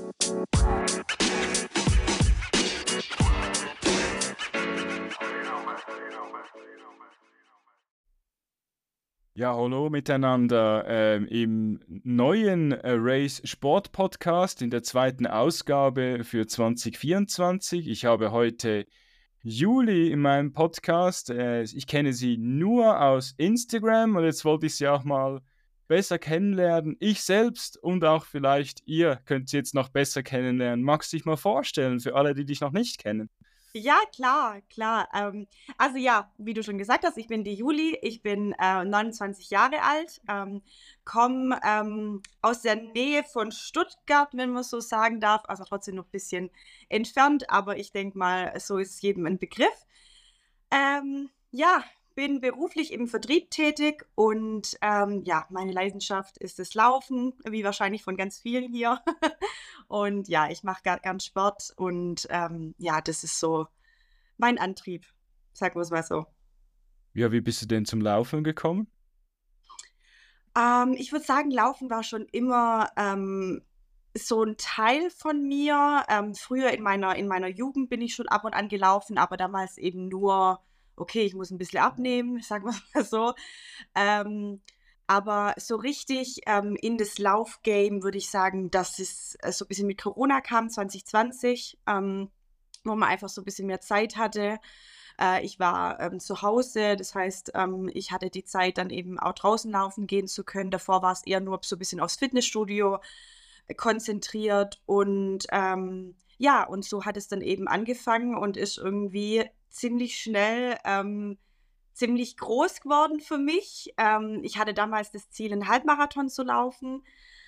Ja, hallo miteinander im neuen Race Sport Podcast in der zweiten Ausgabe für 2024. Ich habe heute Juli in meinem Podcast. Ich kenne sie nur aus Instagram und jetzt wollte ich sie auch mal besser kennenlernen. Ich selbst und auch vielleicht ihr könnt sie jetzt noch besser kennenlernen. Magst du dich mal vorstellen für alle, die dich noch nicht kennen? Ja, klar, klar. Also ja, wie du schon gesagt hast, ich bin die Juli, ich bin 29 Jahre alt, komme aus der Nähe von Stuttgart, wenn man so sagen darf, also trotzdem noch ein bisschen entfernt, aber ich denke mal, so ist jedem ein Begriff. Ja, bin beruflich im Vertrieb tätig und ja, meine Leidenschaft ist das Laufen, wie wahrscheinlich von ganz vielen hier. Und ja, ich mache gern Sport und ja, das ist so mein Antrieb, sagen wir es mal so. Ja, wie bist du denn zum Laufen gekommen? Ich würde sagen, Laufen war schon immer so ein Teil von mir. Früher in meiner Jugend bin ich schon ab und an gelaufen, aber damals eben nur, okay, ich muss ein bisschen abnehmen, sagen wir mal so. Ähm, aber so richtig in das Laufgame würde ich sagen, dass es so ein bisschen mit Corona kam, 2020, wo man einfach so ein bisschen mehr Zeit hatte. Ich war zu Hause, das heißt, ich hatte die Zeit, dann eben auch draußen laufen gehen zu können. Davor war es eher nur so ein bisschen aufs Fitnessstudio konzentriert und ja, und so hat es dann eben angefangen und ist irgendwie ziemlich schnell ziemlich groß geworden für mich. Ich hatte damals das Ziel, einen Halbmarathon zu laufen.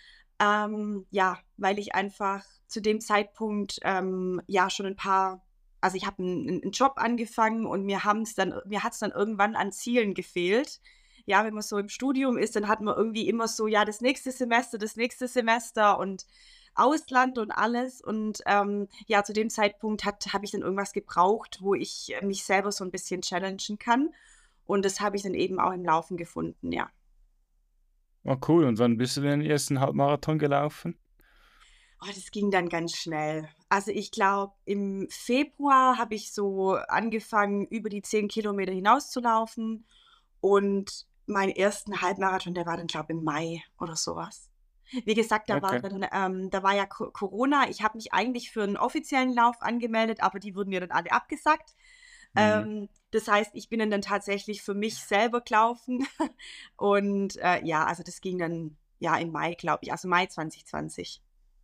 Ja, weil ich einfach zu dem Zeitpunkt ja schon ein paar, also ich habe einen Job angefangen und mir hat es dann irgendwann an Zielen gefehlt. Ja, wenn man so im Studium ist, dann hat man irgendwie immer so, ja, das nächste Semester und Ausland und alles. Und ja, zu dem Zeitpunkt habe ich dann irgendwas gebraucht, wo ich mich selber so ein bisschen challengen kann. Und das habe ich dann eben auch im Laufen gefunden, ja. Oh, cool. Und wann bist du denn den ersten Halbmarathon gelaufen? Oh, das ging dann ganz schnell. Also ich glaube, im Februar habe ich so angefangen, über die 10 Kilometer hinauszulaufen. Und meinen ersten Halbmarathon, der war dann, glaube ich, im Mai oder sowas. Wie gesagt, Okay. da war ja Corona. Ich habe mich eigentlich für einen offiziellen Lauf angemeldet, aber die wurden mir dann alle abgesagt. Mhm. Das heißt, ich bin dann tatsächlich für mich selber gelaufen. Und ja, also das ging dann ja im Mai, glaube ich, also Mai 2020.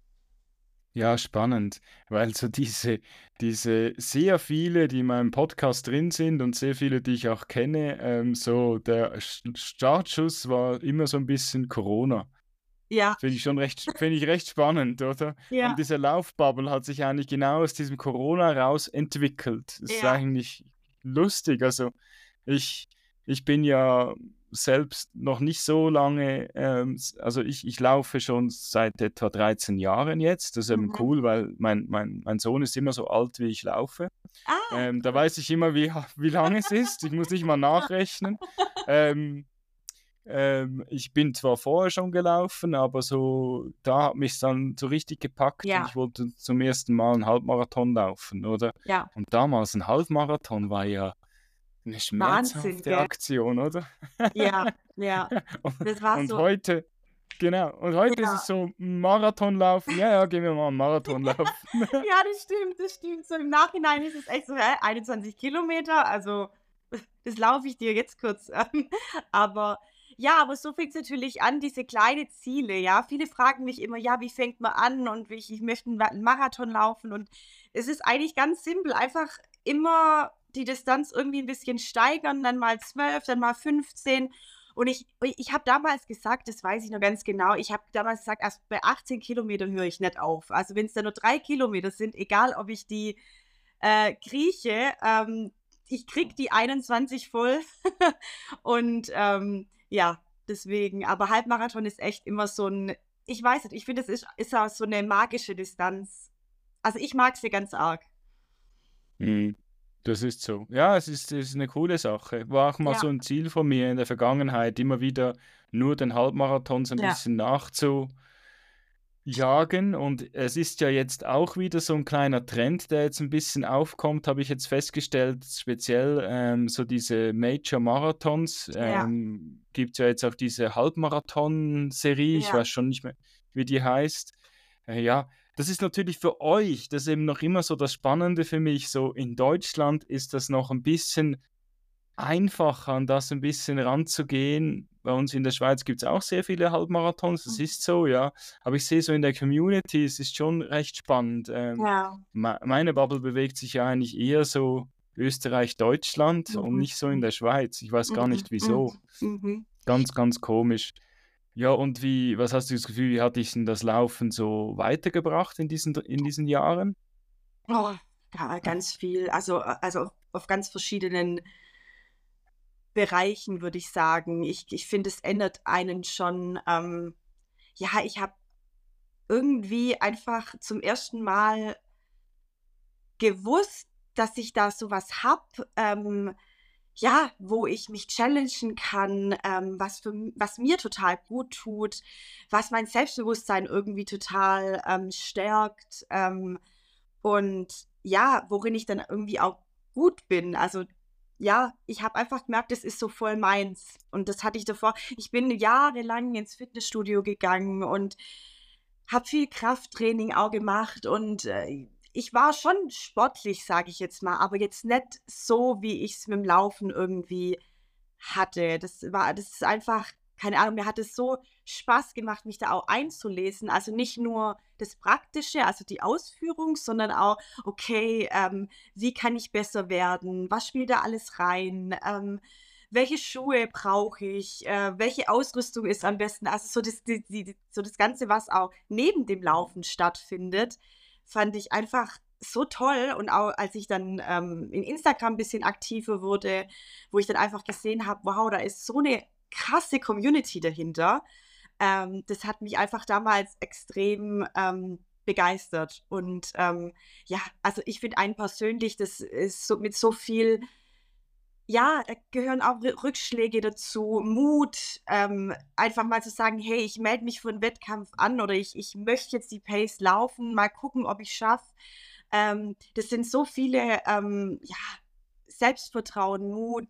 Ja, spannend, weil so diese sehr viele, die in meinem Podcast drin sind und sehr viele, die ich auch kenne, so der Startschuss war immer so ein bisschen Corona. Ja, Finde ich recht spannend, oder? Und ja, diese Laufbubble hat sich eigentlich genau aus diesem Corona raus entwickelt. Das ist ja. eigentlich lustig. Also ich, ich bin ja selbst noch nicht so lange, also ich laufe schon seit etwa 13 Jahren jetzt. Das ist eben Mhm. cool, weil mein Sohn ist immer so alt, wie ich laufe. Ah, Da cool. weiß ich immer, wie lang es ist. Ich muss nicht mal nachrechnen. Ähm, ich bin zwar vorher schon gelaufen, aber so, da hat mich dann so richtig gepackt und Ja, ich wollte zum ersten Mal einen Halbmarathon laufen, oder? ja. Und damals ein Halbmarathon war ja eine Wahnsinn, schmerzhafte gell? Aktion, oder? Ja, ja. Und, Das war und so, heute, genau, und heute ist es ja. so ein Marathon laufen. Ja, ja, gehen wir mal einen Marathon laufen. Ja, das stimmt, das stimmt. So im Nachhinein ist es echt so, 21 Kilometer, also das laufe ich dir jetzt kurz. Aber ja, aber so fängt es natürlich an, diese kleinen Ziele, ja. Viele fragen mich immer, ja, wie fängt man an und ich möchte einen Marathon laufen und es ist eigentlich ganz simpel, einfach immer die Distanz irgendwie ein bisschen steigern, dann mal 12, dann mal 15. Und ich habe damals gesagt, das weiß ich noch ganz genau, ich habe damals gesagt, erst bei 18 Kilometern höre ich nicht auf. Also wenn es dann nur 3 Kilometer sind, egal ob ich die krieche, ich krieg die 21 voll. Und ja, deswegen, aber Halbmarathon ist echt immer so ein, ich weiß nicht, ich finde, ist auch so eine magische Distanz. Also ich mag sie ganz arg. Mhm. Das ist so. Ja, es ist eine coole Sache. War auch mal so Ja, ein Ziel von mir in der Vergangenheit, immer wieder nur den Halbmarathon so ein ja, bisschen jagen und es ist ja jetzt auch wieder so ein kleiner Trend, der jetzt ein bisschen aufkommt, habe ich jetzt festgestellt, speziell, so diese Major-Marathons, Ja, gibt ja jetzt auch diese Halbmarathon-Serie, ich ja. weiß schon nicht mehr, wie die heißt. Ja, das ist natürlich für euch das ist eben noch immer so das Spannende für mich, so in Deutschland ist das noch ein bisschen einfacher, an das ein bisschen ranzugehen. Bei uns in der Schweiz gibt es auch sehr viele Halbmarathons, das Mhm. ist so, ja. Aber ich sehe so in der Community, es ist schon recht spannend. Ja. Meine Bubble bewegt sich ja eigentlich eher so Österreich, Deutschland und Mhm. nicht so in der Schweiz. Ich weiß gar Mhm. nicht Mhm. wieso. Mhm. Ganz, ganz komisch. Ja, und was hast du das Gefühl, wie hat dich denn das Laufen so weitergebracht in diesen Jahren? Oh, ja, ganz viel. Also auf ganz verschiedenen Bereichen, würde ich sagen. Ich finde, es ändert einen schon. Ja, ich habe irgendwie einfach zum ersten Mal gewusst, dass ich da so was habe, ja, wo ich mich challengen kann, was mir total gut tut, was mein Selbstbewusstsein irgendwie total, stärkt, und ja, worin ich dann irgendwie auch gut bin. Also, ja, ich habe einfach gemerkt, das ist so voll meins. Und das hatte ich davor. Ich bin jahrelang ins Fitnessstudio gegangen und habe viel Krafttraining auch gemacht und, ich war schon sportlich, sage ich jetzt mal, aber jetzt nicht so, wie ich es mit dem Laufen irgendwie hatte. Das ist einfach keine Ahnung, mir hat es so Spaß gemacht, mich da auch einzulesen. Also, nicht nur das Praktische, also die Ausführung, sondern auch, okay, wie kann ich besser werden? Was spielt da alles rein? Welche Schuhe brauche ich? Welche Ausrüstung ist am besten? Also, so so das Ganze, was auch neben dem Laufen stattfindet, fand ich einfach so toll. Und auch als ich dann, in Instagram ein bisschen aktiver wurde, wo ich dann einfach gesehen habe: „Wow, da ist so eine krasse Community dahinter." Das hat mich einfach damals extrem, begeistert. Und, ja, also, ich finde einen persönlich, das ist so mit so viel, ja, da gehören auch Rückschläge dazu, Mut, einfach mal zu sagen: „Hey, ich melde mich für 'n Wettkampf an" oder „Ich möchte jetzt die Pace laufen, mal gucken, ob ich's schaffe." Das sind so viele, ja, Selbstvertrauen, Mut,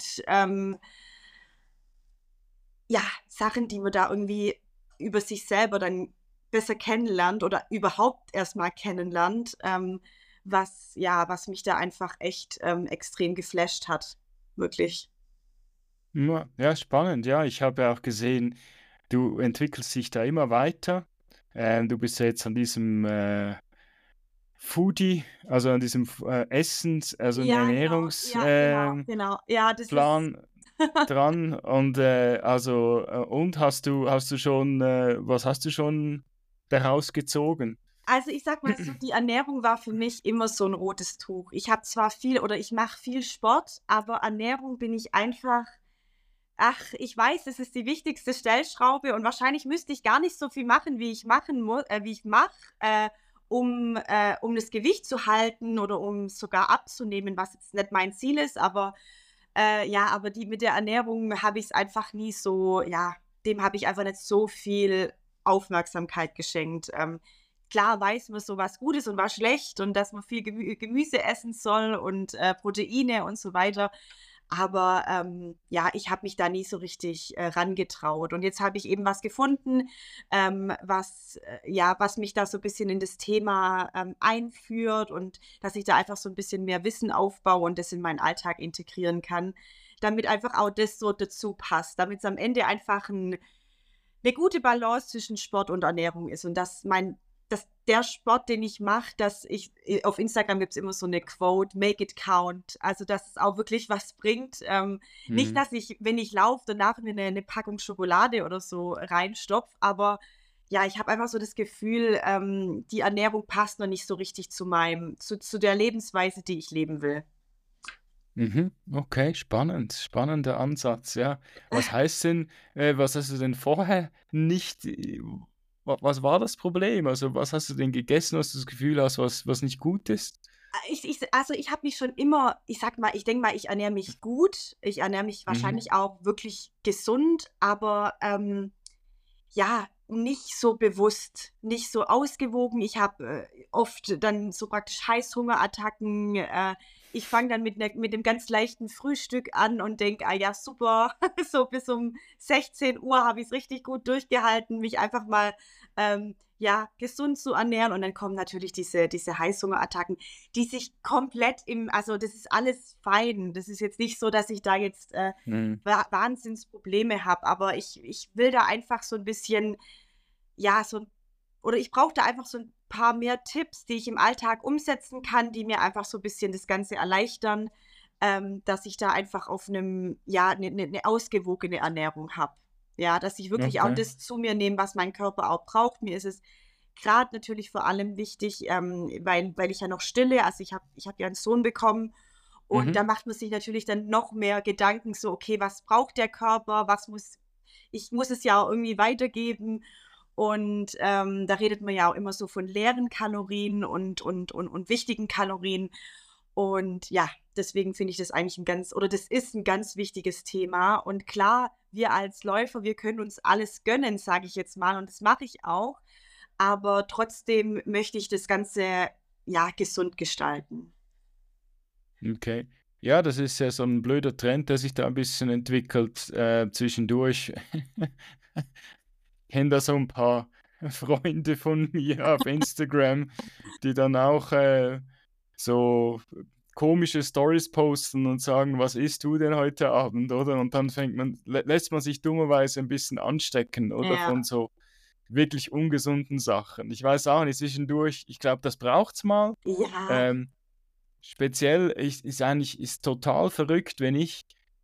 ja, Sachen, die man da irgendwie über sich selber dann besser kennenlernt oder überhaupt erst mal kennenlernt, was mich da einfach echt, extrem geflasht hat, wirklich. Ja, ja, spannend. Ja, ich habe ja auch gesehen, du entwickelst dich da immer weiter. Du bist ja jetzt an diesem Foodie, also an diesem Essens, also ein Ja, genau. Ja, genau, Ernährungsplan genau. Ja, das ist dran. Und und hast du schon, was hast du schon daraus gezogen? also, ich sage mal so, die Ernährung war für mich immer so 'n rotes Tuch. Ich habe zwar viel oder ich mache viel Sport, aber Ernährung bin ich einfach. Ach, ich weiß, das ist die wichtigste Stellschraube und wahrscheinlich müsste ich gar nicht so viel machen, wie ich mache, um das Gewicht zu halten oder um sogar abzunehmen, was jetzt nicht mein Ziel ist, aber, ja, aber die mit der Ernährung habe ich's einfach nie so, ja, dem habe ich einfach nicht so viel Aufmerksamkeit geschenkt. Klar weiß man so, was gut ist und was schlecht und dass man viel Gemüse essen soll und, Proteine und so weiter. Aber, ja, ich habe mich da nie so richtig, rangetraut. Und jetzt habe ich eben was gefunden, was mich da so ein bisschen in das Thema, einführt und dass ich da einfach so ein bisschen mehr Wissen aufbaue und das in meinen Alltag integrieren kann, damit einfach auch das so dazu passt, damit es am Ende einfach 'ne gute Balance zwischen Sport und Ernährung ist und dass der Sport, den ich mache, dass ich auf Instagram gibt's immer so 'ne Quote: „Make it count." Also, dass es auch wirklich was bringt. Nicht, Mhm. dass ich, wenn ich laufe, danach mir 'ne Packung Schokolade oder so reinstopfe, aber ja, ich habe einfach so das Gefühl, die Ernährung passt noch nicht so richtig zu der Lebensweise, die ich leben will. Mhm. Okay, spannend. Spannender Ansatz, ja. Was hast du denn vorher nicht was war das Problem? Also, was hast du denn gegessen, was du das Gefühl hast, was nicht gut ist? Also, ich habe mich schon immer, ich sage mal, ich denke mal, ich ernähre mich gut. Ich ernähre mich Mhm. wahrscheinlich auch wirklich gesund, aber, ja, nicht so bewusst, nicht so ausgewogen. Ich habe oft dann so praktisch Heißhungerattacken. Ich fange dann mit dem ganz leichten Frühstück an und denke, ah ja, super, so bis um 16 Uhr habe ich es richtig gut durchgehalten, mich einfach mal ja, gesund zu ernähren. Und dann kommen natürlich diese Heißhungerattacken, die sich komplett also das ist alles fein. Das ist jetzt nicht so, dass ich da jetzt Mhm. Wahnsinnsprobleme habe, aber ich will da einfach so ein bisschen, ja, oder ich brauche da einfach so ein paar mehr Tipps, die ich im Alltag umsetzen kann, die mir einfach so ein bisschen das Ganze erleichtern, dass ich da einfach auf einem, ja, eine ausgewogene Ernährung habe. Ja, dass ich wirklich auch Okay. das zu mir nehme, was mein Körper auch braucht. Mir ist es gerade natürlich vor allem wichtig, weil ich ja noch stille. Also, ich habe ja einen Sohn bekommen und Mhm. da macht man sich natürlich dann noch mehr Gedanken so: „Okay, was braucht der Körper? Was muss ich muss es ja auch irgendwie weitergeben." Und, da redet man ja auch immer so von leeren Kalorien und wichtigen Kalorien. Und ja, deswegen finde ich das eigentlich das ist ein ganz wichtiges Thema. Und klar, wir als Läufer, wir können uns alles gönnen, sage ich jetzt mal, und das mache ich auch. Aber trotzdem möchte ich das Ganze, ja, gesund gestalten. Okay. Ja, das ist ja so ein blöder Trend, der sich da ein bisschen entwickelt, zwischendurch. Kenne da so ein paar Freunde von mir auf Instagram, die dann auch, so komische Stories posten und sagen: „Was isst du denn heute Abend?", oder? Und dann fängt man lässt man sich dummerweise ein bisschen anstecken, oder, Ja. von so wirklich ungesunden Sachen. Ich weiß auch nicht, zwischendurch, ich glaube, das braucht's mal. Ja. Ähm, Speziell ist total verrückt, wenn ich,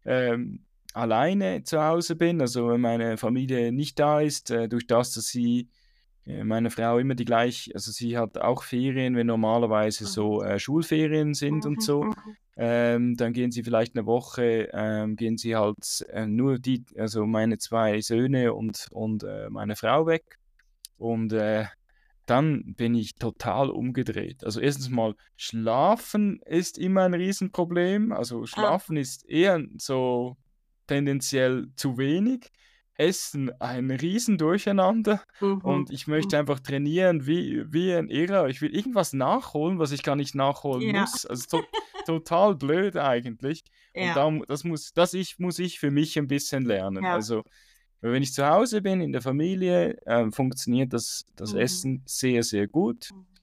alleine zu Hause bin, also wenn meine Familie nicht da ist, durch das, dass meine Frau immer also sie hat auch Ferien, wenn normalerweise Mhm. so, Schulferien sind und Mhm, so. mhm, Dann gehen sie vielleicht eine Woche, gehen sie halt, nur also meine 2 Söhne und meine Frau weg. Und, dann bin ich total umgedreht. Also, erstens mal, Schlafen ist immer ein Riesenproblem. Also, ah, Schlafen ist eher so tendenziell zu wenig. Essen ein Riesendurcheinander mhm, und ich mhm. möchte einfach trainieren wie ein Irrer. Ich will irgendwas nachholen, was ich gar nicht nachholen Ja, muss. Also, total blöd eigentlich. Und ja, muss ich für mich ein bisschen lernen. ja. Also, weil wenn ich zu Hause bin, in der Familie, funktioniert das Mhm, Essen sehr, sehr gut. mhm.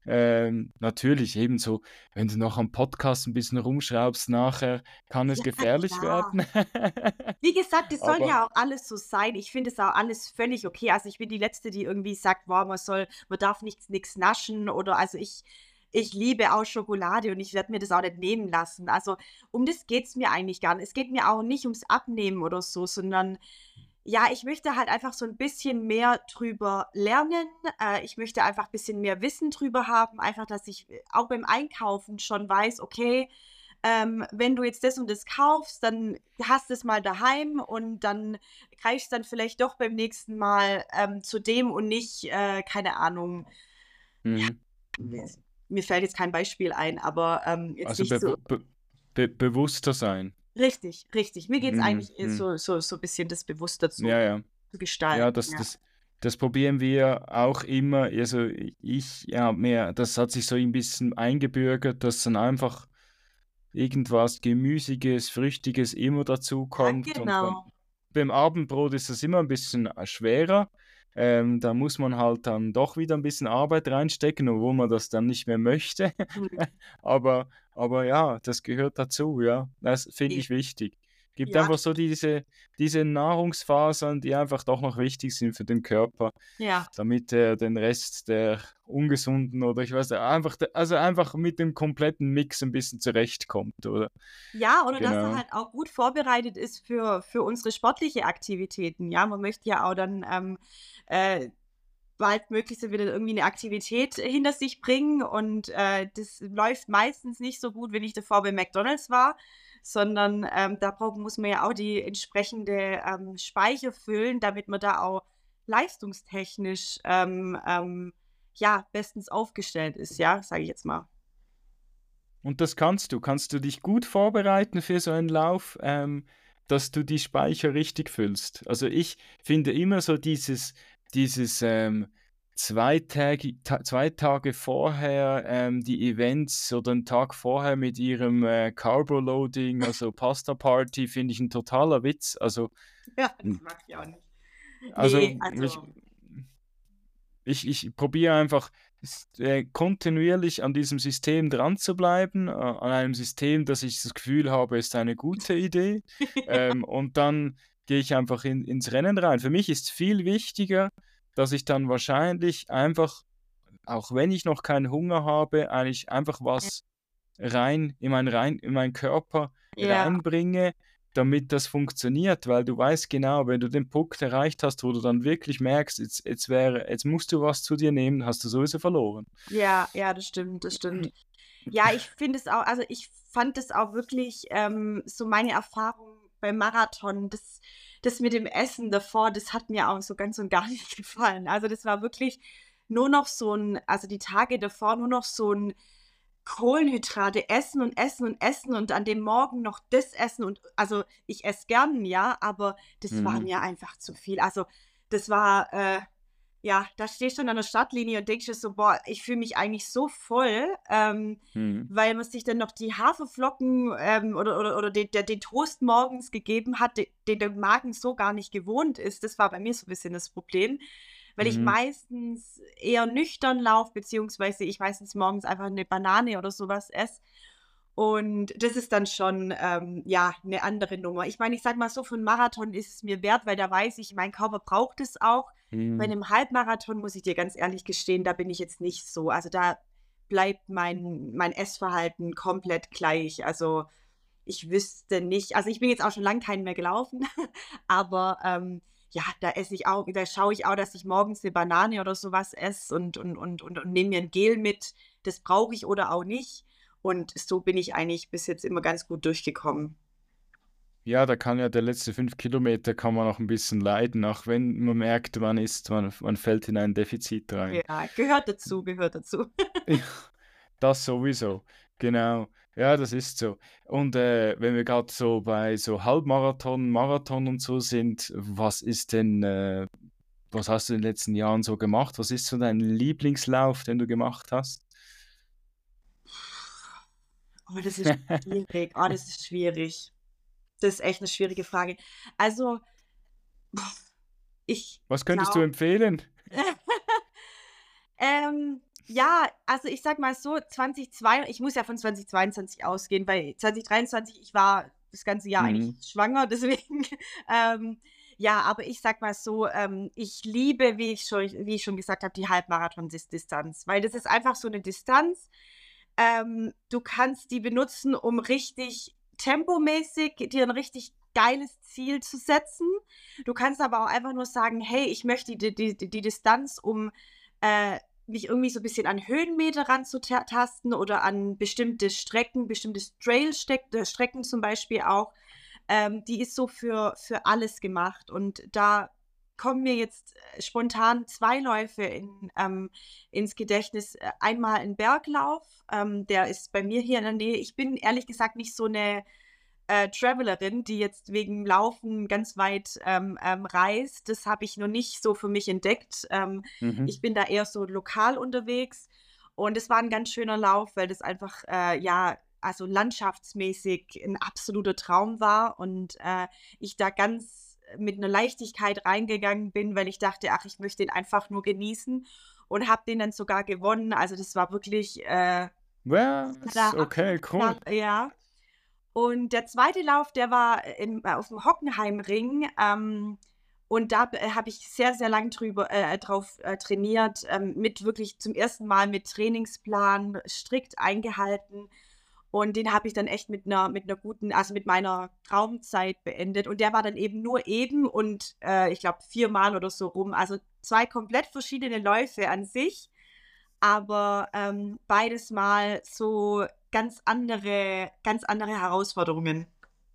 Natürlich ebenso, wenn du noch am Podcast ein bisschen rumschraubst nachher, kann es Ja, gefährlich klar. werden. Wie gesagt, das soll Aber ja auch alles so sein. Ich finde es auch alles völlig okay. Also, ich bin die Letzte, die irgendwie sagt: „Boah, man darf nichts naschen", oder also, ich liebe auch Schokolade und ich werde mir das auch nicht nehmen lassen. Also, um das geht's mir eigentlich gar nicht. Es geht mir auch nicht ums Abnehmen oder so, sondern ja, ich möchte halt einfach so ein bisschen mehr drüber lernen. Ich möchte einfach ein bisschen mehr Wissen drüber haben, einfach, dass ich, auch beim Einkaufen schon weiß: „Okay, wenn du jetzt das und das kaufst, dann hast du es mal daheim und dann greifst dann vielleicht doch beim nächsten Mal, zu dem und nicht, keine Ahnung, ja, mhm, mir fällt jetzt kein Beispiel ein, aber, jetzt also nicht so bewusster sein. richtig, richtig. Mir geht's Mhm, eigentlich eher mhm. so ein bisschen das bewusster Ja, ja. zu Ja, gestalten, ja. das probieren wir auch immer. Also, ja, das hat sich so ein bisschen eingebürgert, dass dann einfach irgendwas Gemüsiges, Früchtiges immer Ja, dazukommt und genau. beim Abendbrot ist es immer ein bisschen, schwerer. Da muss man halt dann doch wieder ein bisschen Arbeit reinstecken, obwohl man das dann nicht mehr möchte. Mhm. Aber ja, das gehört dazu, ja. Das finde I ich wichtig. Gibt ja, einfach so diese Nahrungsfasern, die einfach doch noch wichtig sind für den Körper, ja. damit er den Rest der ungesunden oder ich weiß nicht, einfach mit dem kompletten Mix ein bisschen zurechtkommt, oder? Ja, oder dass er Genau. halt auch gut vorbereitet ist für unsere sportliche Aktivitäten. Ja, man möchte ja auch dann, äh, baldmöglichst wieder irgendwie eine Aktivität hinter sich bringen und, das läuft meistens nicht so gut, wenn ich davor bei McDonald's war, sondern, muss man ja auch die entsprechende, Speicher füllen, damit man da auch leistungstechnisch, ja, bestens aufgestellt ist, ja, sage ich jetzt mal. Und das kannst du. Kannst du dich gut vorbereiten für so einen Lauf, dass du die Speicher richtig füllst? Also, ich finde immer so dieses 2 Tage vorher die Events oder einen Tag vorher mit ihrem Carbo-Loading, also Pasta-Party, finde ich ein totaler Witz. Ja, das Hm, mache ich auch nicht. also Nee, ich, also, ich probiere einfach kontinuierlich an diesem System dran zu bleiben, an einem System, das ich das Gefühl habe, ist eine gute Idee. Und dann gehe ich einfach ins Rennen rein. Für mich ist viel wichtiger, dass ich dann wahrscheinlich einfach, auch wenn ich noch keinen Hunger habe, eigentlich einfach was in meinen Körper ja, reinbringe, damit das funktioniert, weil du weißt genau, wenn du den Punkt erreicht hast, wo du dann wirklich merkst, jetzt musst du was zu dir nehmen, hast du sowieso verloren. ja, ja, das stimmt. Ja, ich finde es auch, also ich fand es auch wirklich so meine Erfahrung beim Marathon, das mit dem Essen davor, das hat mir auch so ganz und gar nicht gefallen. Also das war wirklich nur noch so ein, also die Tage davor nur noch so ein Kohlenhydrate essen und essen und essen und an dem Morgen noch das essen und also ich esse gern, ja, aber das war Mhm. mir einfach zu viel. Also das war, ja, da stehst du dann an der Startlinie und denkst dir so, boah, ich fühle mich eigentlich so voll, Mhm. weil man sich dann noch die Haferflocken oder den Toast morgens gegeben hat, den der Magen so gar nicht gewohnt ist. Das war bei mir so ein bisschen das Problem, weil ich Mhm. meistens eher nüchtern laufe, beziehungsweise ich meistens morgens einfach eine Banane oder sowas esse. Und das ist dann schon, ja, eine andere Nummer. Ich meine, ich sage mal so, für 'n Marathon ist es mir wert, weil da weiß ich, mein Körper braucht es auch. Bei Mhm. einem Halbmarathon muss ich dir ganz ehrlich gestehen, da bin ich jetzt nicht so. Also, da bleibt mein Essverhalten komplett gleich. Also, ich wüsste nicht, also, ich bin jetzt auch schon lang keinen mehr gelaufen, aber, ja, da schaue ich auch, dass ich morgens eine Banane oder sowas esse und nehme mir ein Gel mit. Das brauche ich oder auch nicht. Und so bin ich eigentlich bis jetzt immer ganz gut durchgekommen. Ja, da kann ja der letzte 5 Kilometer kann man noch ein bisschen leiden, auch wenn man merkt, man fällt in ein Defizit rein. Ja, gehört dazu, gehört dazu. Ja, das sowieso, genau. Ja, das ist so. Und, wenn wir gerade so bei so Halbmarathon, Marathon und so sind, was hast du in den letzten Jahren so gemacht? Was ist so dein Lieblingslauf, den du gemacht hast? Oh, das ist schwierig. Oh, das ist schwierig. Das ist echt eine schwierige Frage. Also, ich Was könntest du glaube empfehlen? ja, also ich sage mal so, 2002, ich muss ja von 2022 ausgehen, weil 2023, ich war das ganze Jahr eigentlich Mhm. schwanger, deswegen, ähm, ja, aber ich sage mal so, ich liebe, wie ich schon gesagt habe, die Halbmarathon-Distanz, weil das ist einfach so eine Distanz. Du kannst die benutzen, um richtig tempomäßig dir ein richtig geiles Ziel zu setzen. Du kannst aber auch einfach nur sagen: „Hey, ich möchte die Distanz, um, äh, mich irgendwie so ein bisschen an Höhenmeter ranzutasten oder an bestimmte Strecken, bestimmte Strecken zum Beispiel auch. Die ist so für alles gemacht und da kommen mir jetzt, spontan 2 Läufe ins Gedächtnis. Einmal ein Berglauf, der ist bei mir hier in der Nähe. Ich bin ehrlich gesagt nicht so eine Travelerin, die jetzt wegen Laufen ganz weit, reist. Das habe ich noch nicht so für mich entdeckt. Mhm. Ich bin da eher so lokal unterwegs und es war ein ganz schöner Lauf, weil das einfach, ja, also landschaftsmäßig ein absoluter Traum war und, ich da ganz mit einer Leichtigkeit reingegangen bin, weil ich dachte: „Ach, ich möchte ihn einfach nur genießen“ und habe den dann sogar gewonnen. Also, das war wirklich, hat da Was? Okay, absolut cool. geklappt, ja. Und der zweite Lauf, der war auf dem Hockenheimring, und da habe ich sehr, sehr lang drauf trainiert, mit wirklich zum ersten Mal mit Trainingsplan strikt eingehalten. Und den habe ich dann echt mit einer guten, also mit meiner Traumzeit beendet. Und der war dann eben nur eben und ich glaube 4-mal oder so rum. Also 2 komplett verschiedene Läufe an sich, aber beides Mal so ganz andere Herausforderungen.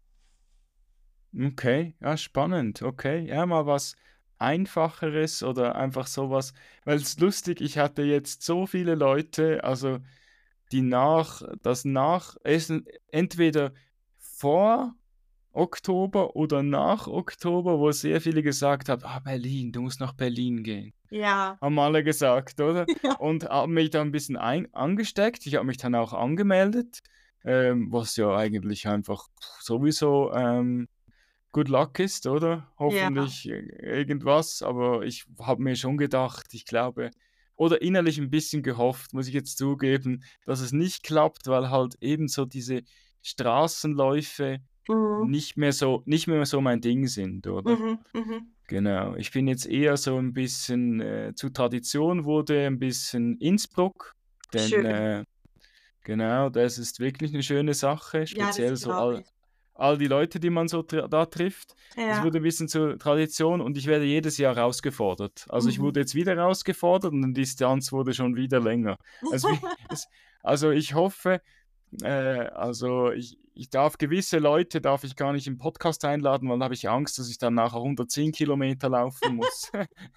Okay, ja, spannend. Okay, ja, mal was Einfacheres oder einfach sowas. Weil es lustig, ich hatte jetzt so viele Leute, also die nach das Nachessen entweder vor Oktober oder nach Oktober, wo sehr viele gesagt haben, Berlin, du musst nach Berlin gehen. Ja. Haben alle gesagt, oder? Ja. Und haben mich da ein bisschen angesteckt. Ich habe mich dann auch angemeldet, was ja eigentlich einfach sowieso good luck ist, oder? Ja. Hoffentlich irgendwas, aber ich habe mir schon gedacht, ich glaube, oder innerlich ein bisschen gehofft, muss ich jetzt zugeben, dass es nicht klappt, weil halt eben so diese Straßenläufe Mhm. nicht mehr so mein Ding sind, oder? Mhm. Mhm. Genau. Ich bin jetzt eher so ein bisschen zu Tradition wurde ein bisschen Innsbruck, denn Schön. genau, das ist wirklich eine schöne Sache, Ja, das speziell so glaube ich. all die Leute, die man so da trifft. Das Ja. wurde ein bisschen zur Tradition und ich werde jedes Jahr herausgefordert. Also ich Mhm. wurde jetzt wieder herausgefordert und die Distanz wurde schon wieder länger. Also, also ich hoffe, also ich darf gewisse Leute darf ich gar nicht im Podcast einladen, weil dann habe ich Angst, dass ich dann nachher 110 Kilometer laufen muss.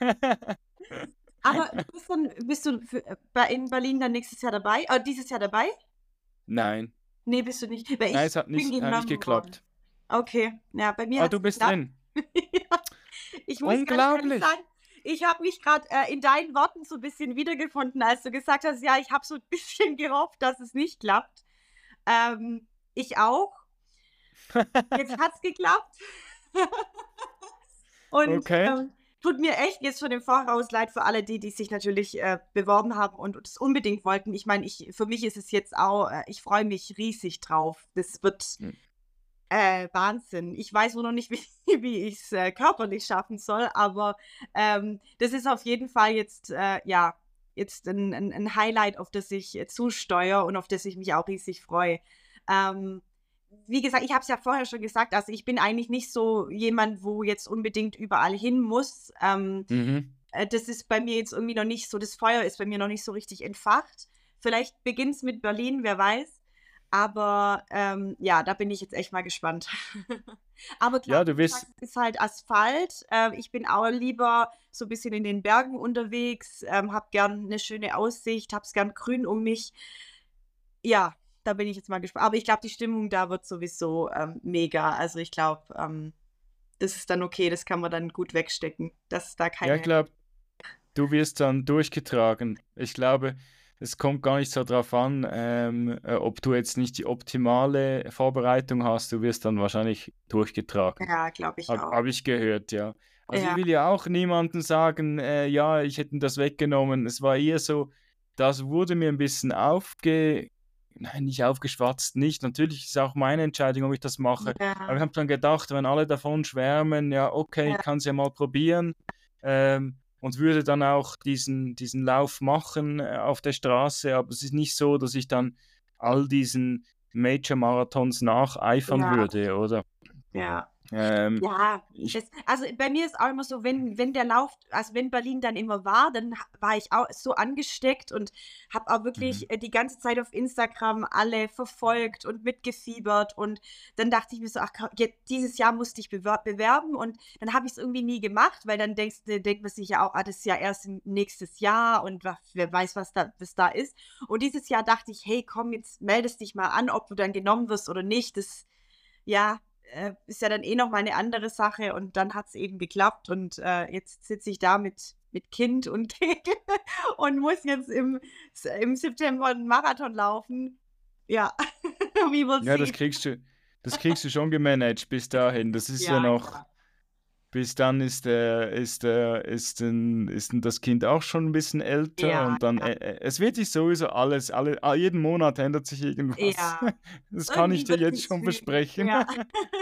Aber bist du in Berlin dann nächstes Jahr dabei? Dieses Jahr dabei? Nein, Nee, bist du nicht. Weil nein, ich es hat bin nicht genommen worden. geklappt. Okay, ja, bei mir Ah, hat du es bist geklappt. drin. Ja. Ich muss ganz ehrlich Unglaublich. sagen, ich habe mich gerade in deinen Worten so ein bisschen wiedergefunden, als du gesagt hast, ja, ich habe so ein bisschen gehofft, dass es nicht klappt. Ich auch. Jetzt hat's geklappt. Und Okay. tut mir echt jetzt schon im Voraus leid für alle, die sich natürlich beworben haben und es unbedingt wollten. Ich meine, für mich ist es jetzt auch, ich freue mich riesig drauf. Das wird Hm. Wahnsinn. Ich weiß nur noch nicht, wie ich es körperlich schaffen soll, aber das ist auf jeden Fall jetzt, ja, jetzt ein Highlight, auf das ich zusteuere und auf das ich mich auch riesig freue. Ähm, Wie gesagt, ich habe es ja vorher schon gesagt, also ich bin eigentlich nicht so jemand, wo jetzt unbedingt überall hin muss. Mhm. Das ist bei mir jetzt irgendwie noch nicht so, das Feuer ist bei mir noch nicht so richtig entfacht. Vielleicht beginnt es mit Berlin, wer weiß. Aber ja, da bin ich jetzt echt mal gespannt. Aber klar, Ja, wie du du sagst, bist. es ist halt Asphalt. Ich bin auch lieber so ein bisschen in den Bergen unterwegs, habe gern eine schöne Aussicht, habe es gern grün um mich. Ja, da bin ich jetzt mal gespannt. Aber ich glaube, die Stimmung da wird sowieso mega. Also ich glaube, das ist dann okay, das kann man dann gut wegstecken, dass da Ja, ich keine. glaube, du wirst dann durchgetragen. Ich glaube, es kommt gar nicht so drauf an, ob du jetzt nicht die optimale Vorbereitung hast. Du wirst dann wahrscheinlich durchgetragen. Ja, glaube ich auch. Hab ich gehört, ja. Also ich Ja, will ja auch niemandem sagen, ja, ich hätte das weggenommen. Es war eher so, das wurde mir ein bisschen nein, nicht aufgeschwatzt, nicht. Natürlich ist es auch meine Entscheidung, ob ich das mache. Aber ich ja, habe dann gedacht, wenn alle davon schwärmen, ja, okay, ich ja, kann es ja mal probieren. Und würde dann auch diesen Lauf machen auf der Straße. Aber es ist nicht so, dass ich dann all diesen Major-Marathons nacheifern ja, würde, oder? ja. Ähm, Ja, ich, also bei mir ist auch immer so, wenn der Lauf, also wenn Berlin dann immer war, dann war ich auch so angesteckt und habe auch mhm. wirklich die ganze Zeit auf Instagram alle verfolgt und mitgefiebert und dann dachte ich mir so, ach, dieses Jahr musste ich bewerben und dann habe ich es irgendwie nie gemacht, weil dann denkt man sich ja auch, das ist ja erst nächstes Jahr und wer weiß, was da bis da ist. Und dieses Jahr dachte ich, hey, komm, jetzt meldest dich mal an, ob du dann genommen wirst oder nicht. Das, ja, ist ja dann eh noch mal eine andere Sache und dann hat es eben geklappt und jetzt sitze ich da mit Kind und und muss jetzt im September einen Marathon laufen. Ja, we will Ja, see. das kriegst du schon gemanagt bis dahin. Das ist ja Ja, noch, klar. bis dann ist das Kind auch schon ein bisschen älter Ja, und dann, ja, es wird sich sowieso jeden Monat ändert sich irgendwas. ja. Das kann ich Irgendwie dir wird jetzt sich's schon fügen. versprechen. Ja.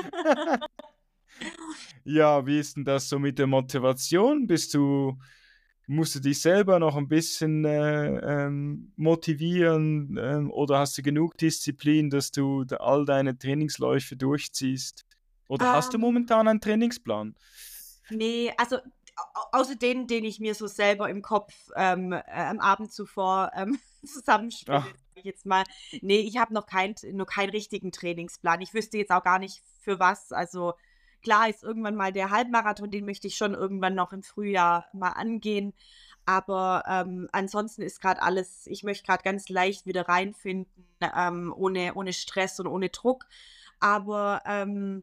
Ja, wie ist denn das so mit der Motivation? Musst du dich selber noch ein bisschen motivieren oder hast du genug Disziplin, dass du all deine Trainingsläufe durchziehst? Oder hast du Ähm, momentan einen Trainingsplan? Ne, also außer den ich mir so selber im Kopf, am Abend zuvor, zusammenspinne, Ach, sage ich jetzt mal. Ne, ich habe noch keinen richtigen Trainingsplan. Ich wüsste jetzt auch gar nicht für was. Also, klar ist irgendwann mal der Halbmarathon, den möchte ich schon irgendwann noch im Frühjahr mal angehen. Aber, ansonsten ist gerade alles, ich möchte gerade ganz leicht wieder reinfinden, ohne Stress und ohne Druck. Aber,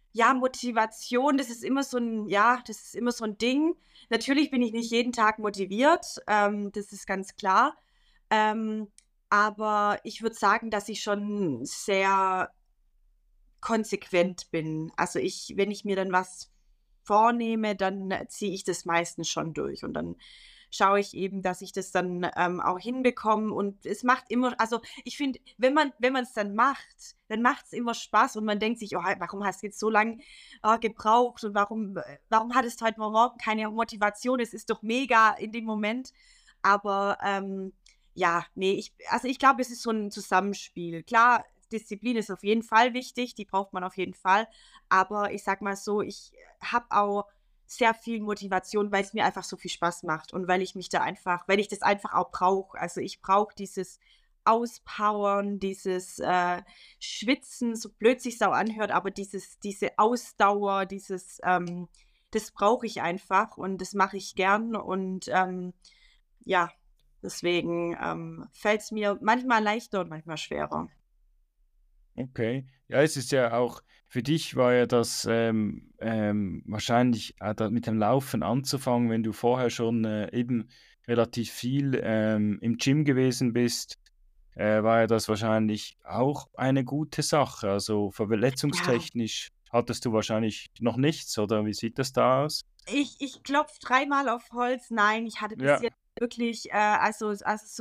Ja, Motivation, das ist immer so ein Ding. Natürlich bin ich nicht jeden Tag motiviert, das ist ganz klar. Ähm, aber ich würde sagen, dass ich schon sehr konsequent bin. Also, wenn ich mir dann was vornehme, dann ziehe ich das meistens schon durch und dann schaue ich eben, dass ich das dann, auch hinbekomme und es macht immer, also, ich finde, wenn man es dann macht, dann macht es immer Spaß und man denkt sich: „Oh, warum hast du jetzt so lang, gebraucht und warum hattest du heute Morgen keine Motivation? Es ist doch mega in dem Moment.“ Aber, ja, ne, ich glaube, es ist so ein Zusammenspiel. Klar, Disziplin ist auf jeden Fall wichtig, die braucht man auf jeden Fall. Aber ich sage mal so, ich habe auch sehr viel Motivation, weil es mir einfach so viel Spaß macht und weil ich das einfach auch brauche. Also, ich brauche dieses Auspowern, dieses, Schwitzen, so blöd sich's auch anhört, aber diese Ausdauer, das brauche ich einfach und das mache ich gern und, ja, deswegen, fällt es mir manchmal leichter und manchmal schwerer. Okay. Ja, es ist ja auch für dich war ja das, wahrscheinlich, da mit dem Laufen anzufangen, wenn du vorher schon, eben relativ viel, im Gym gewesen bist, war ja das wahrscheinlich auch eine gute Sache. Also, Ja. verletzungstechnisch hattest du wahrscheinlich noch nichts, oder wie sieht das da aus? Ich klopfe dreimal auf Holz. Nein, ich hatte bis Ja. jetzt wirklich, so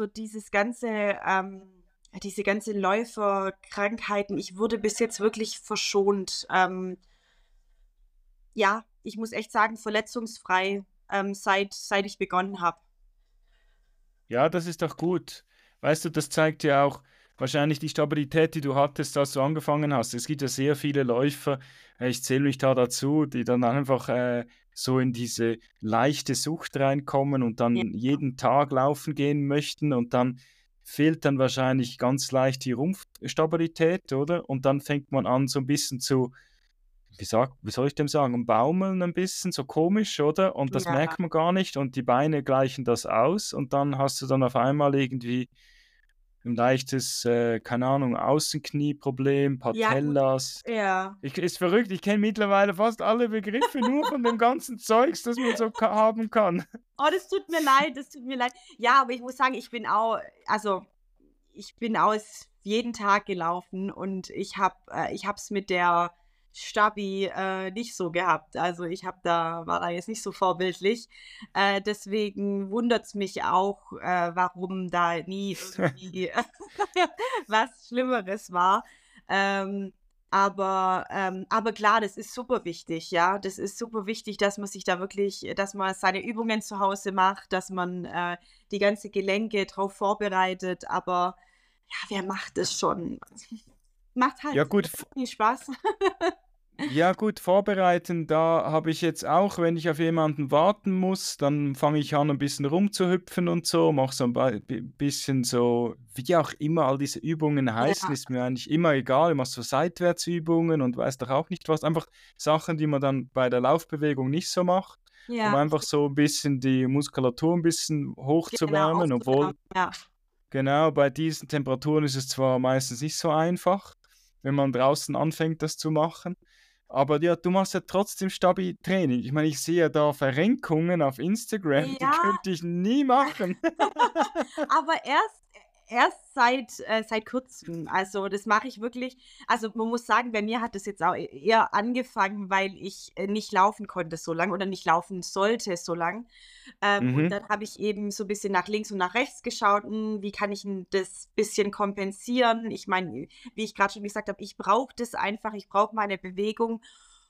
diese ganze Läuferkrankheiten, ich wurde bis jetzt wirklich verschont. Ja, ich muss echt sagen, verletzungsfrei, seit ich begonnen habe. Ja, das ist doch gut. Weißt du, das zeigt ja auch wahrscheinlich die Stabilität, die du hattest, als du angefangen hast. Es gibt ja sehr viele Läufer, ich zähle mich da dazu, die dann einfach so in diese leichte Sucht reinkommen und Ja, dann jeden Tag laufen gehen möchten und dann fehlt dann wahrscheinlich ganz leicht die Rumpfstabilität, oder? Und dann fängt man an, so ein bisschen zu, wie soll ich dem sagen, baumeln ein bisschen, so komisch, oder? Und das ja, merkt man gar nicht und die Beine gleichen das aus und dann hast du dann auf einmal irgendwie ein leichtes, keine Ahnung, Außenknieproblem, ja, gut, Patellas. ja. Ist verrückt, ich kenne mittlerweile fast alle Begriffe nur von dem ganzen Zeugs, das man so haben kann. Oh, das tut mir leid, das tut mir leid. Ja, aber ich muss sagen, ich bin aus jeden Tag gelaufen und ich habe es mit der Stabi, nicht so gehabt. Also, war da jetzt nicht so vorbildlich. Deswegen wundert's mich auch, warum da nie irgendwie was Schlimmeres war. Ähm, aber klar, das ist super wichtig, ja. Das ist super wichtig, dass man seine Übungen zu Hause macht, dass man, die ganze Gelenke drauf vorbereitet, aber ja, wer macht das schon? Macht halt Ja gut, viel Spaß. ja gut, vorbereiten, da habe ich jetzt auch, wenn ich auf jemanden warten muss, dann fange ich an, ein bisschen rumzuhüpfen und so, mache so ein bisschen so, wie auch immer all diese Übungen heißen, Ja, ist mir eigentlich immer egal. Ich mache so Seitwärtsübungen und weiß doch auch nicht was. Einfach Sachen, die man dann bei der Laufbewegung nicht so macht, um ja, einfach so ein bisschen die Muskulatur ein bisschen genau, hochzuwärmen, obwohl, aufzuwärmen, ja. genau, bei diesen Temperaturen ist es zwar meistens nicht so einfach, wenn man draußen anfängt, das zu machen. Aber ja, du machst ja trotzdem Stabi-Training. Ich meine, ich sehe ja da Verrenkungen auf Instagram, die Ja, könnte ich nie machen. aber erst seit Kurzem. Also, das mache ich wirklich, also, man muss sagen, bei mir hat das jetzt auch eher angefangen, weil ich, nicht laufen konnte so lang oder nicht laufen sollte so lang. Und Mhm. dann habe ich eben so ein bisschen nach links und nach rechts geschaut, wie kann ich 'n das bisschen kompensieren? Ich meine, wie ich gerade schon gesagt habe, ich brauche das einfach, ich brauche meine Bewegung.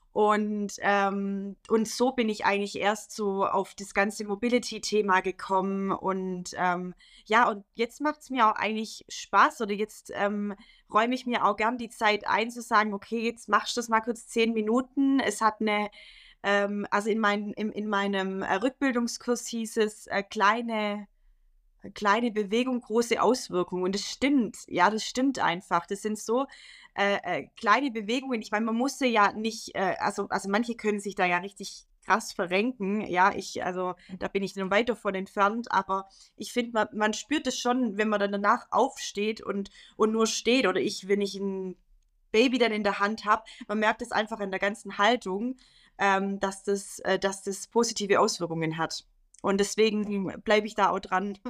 Und so bin ich eigentlich erst so auf das ganze Mobility-Thema gekommen und, ja, und jetzt macht es mir auch eigentlich Spaß oder jetzt, räume ich mir auch gern die Zeit ein zu sagen: „Okay, jetzt machst du das mal kurz 10 Minuten.“ Es hat eine also in meinem, Rückbildungskurs hieß es, kleine Bewegung, große Auswirkungen. Und das stimmt. Ja, das stimmt einfach. Das sind so, kleine Bewegungen. Ich meine, man musste ja nicht, also manche können sich da ja richtig krass verrenken. Ja, da bin ich noch weit davon entfernt, aber ich finde, man spürt es schon, wenn man dann danach aufsteht und nur steht oder wenn ich Baby dann in der Hand habe. Man merkt es einfach in der ganzen Haltung, dass das positive Auswirkungen hat. Und deswegen bleibe ich da auch dran.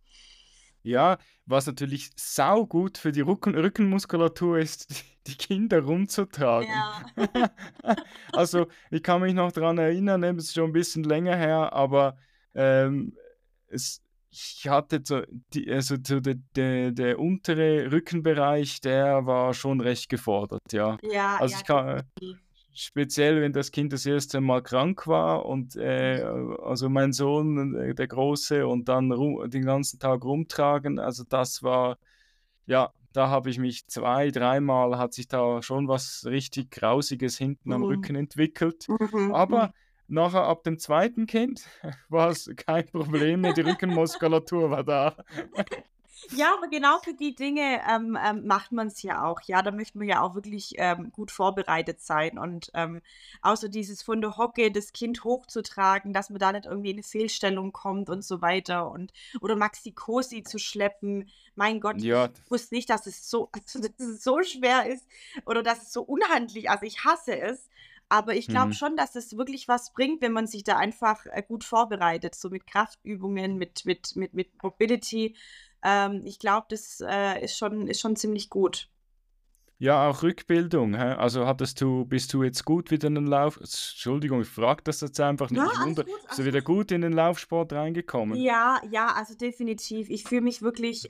Ja, was natürlich saugut für die Rückenmuskulatur ist, die Kinder rumzutragen. Ja. Also, ich kann mich noch dran erinnern, eben, es ist schon ein bisschen länger her, aber ähm, es, ich hatte so, so der untere Rückenbereich, der war schon recht gefordert, ja. Ja, Also ja, ich kann, definitiv. speziell wenn das Kind das erste Mal krank war und also mein Sohn, der Große, und dann den ganzen Tag rumtragen, also das war, ja, da habe ich mich zwei, dreimal hat sich da schon was richtig Grausiges hinten am Mhm. Rücken entwickelt. Mhm, mhm. Aber nachher ab dem zweiten Kind war es kein Problem mehr, die Rückenmuskulatur war da. Ja, aber genau für die Dinge, macht man es ja auch. Ja, da möchte man ja auch wirklich, gut vorbereitet sein und, auch so dieses von der Hocke das Kind hochzutragen, dass man da nicht irgendwie in 'ne Fehlstellung kommt und so weiter und oder Maxi-Cosi zu schleppen. Mein Gott, Ja, ich wusste nicht, dass es so also, dass es so schwer ist oder dass es so unhandlich also, ich hasse es, aber ich glaube mhm. schon, dass es wirklich was bringt, wenn man sich da einfach, gut vorbereitet, so mit Kraftübungen, mit Mobility. Ich glaube, das, ist schon ziemlich gut. Ja, auch Rückbildung, hä? Also bist du jetzt gut wieder in den Lauf Entschuldigung, ich frage das jetzt einfach nicht, Ja, mich alles wundert, gut, bist du alles wieder gut. gut in den Laufsport reingekommen? Ja, ja, also definitiv. Ich fühle mich wirklich,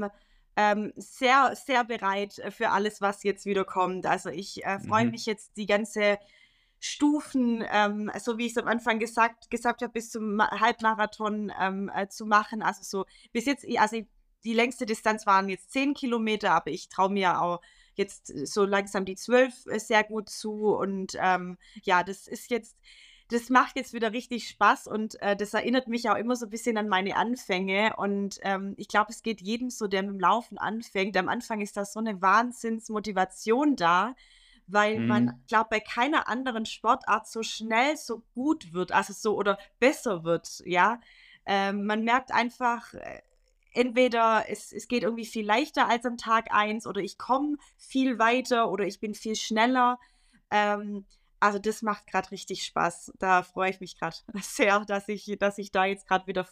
sehr, sehr bereit, für alles, was jetzt wieder kommt. Also, ich, freue Mhm, mich jetzt, die ganze Stufen, so wie ich's am Anfang gesagt habe, bis zum Halbmarathon, zu machen. Also, so bis jetzt also, die längste Distanz waren jetzt 10 Kilometer, aber ich traue mir ja auch jetzt so langsam die 12 sehr gut zu und, ja, das macht jetzt wieder richtig Spaß und, das erinnert mich auch immer so ein bisschen an meine Anfänge und, ich glaube, es geht jedem so, der mit dem Laufen anfängt. Am Anfang ist da so eine Wahnsinnsmotivation da, weil man, mhm. glaube bei keiner anderen Sportart so schnell so gut wird, also so oder besser wird, ja. Man merkt einfach, entweder es geht irgendwie viel leichter als am Tag eins oder ich komme viel weiter oder ich bin viel schneller. Ähm, also, das macht gerade richtig Spaß. Da freue ich mich gerade sehr, dass ich da jetzt gerade wieder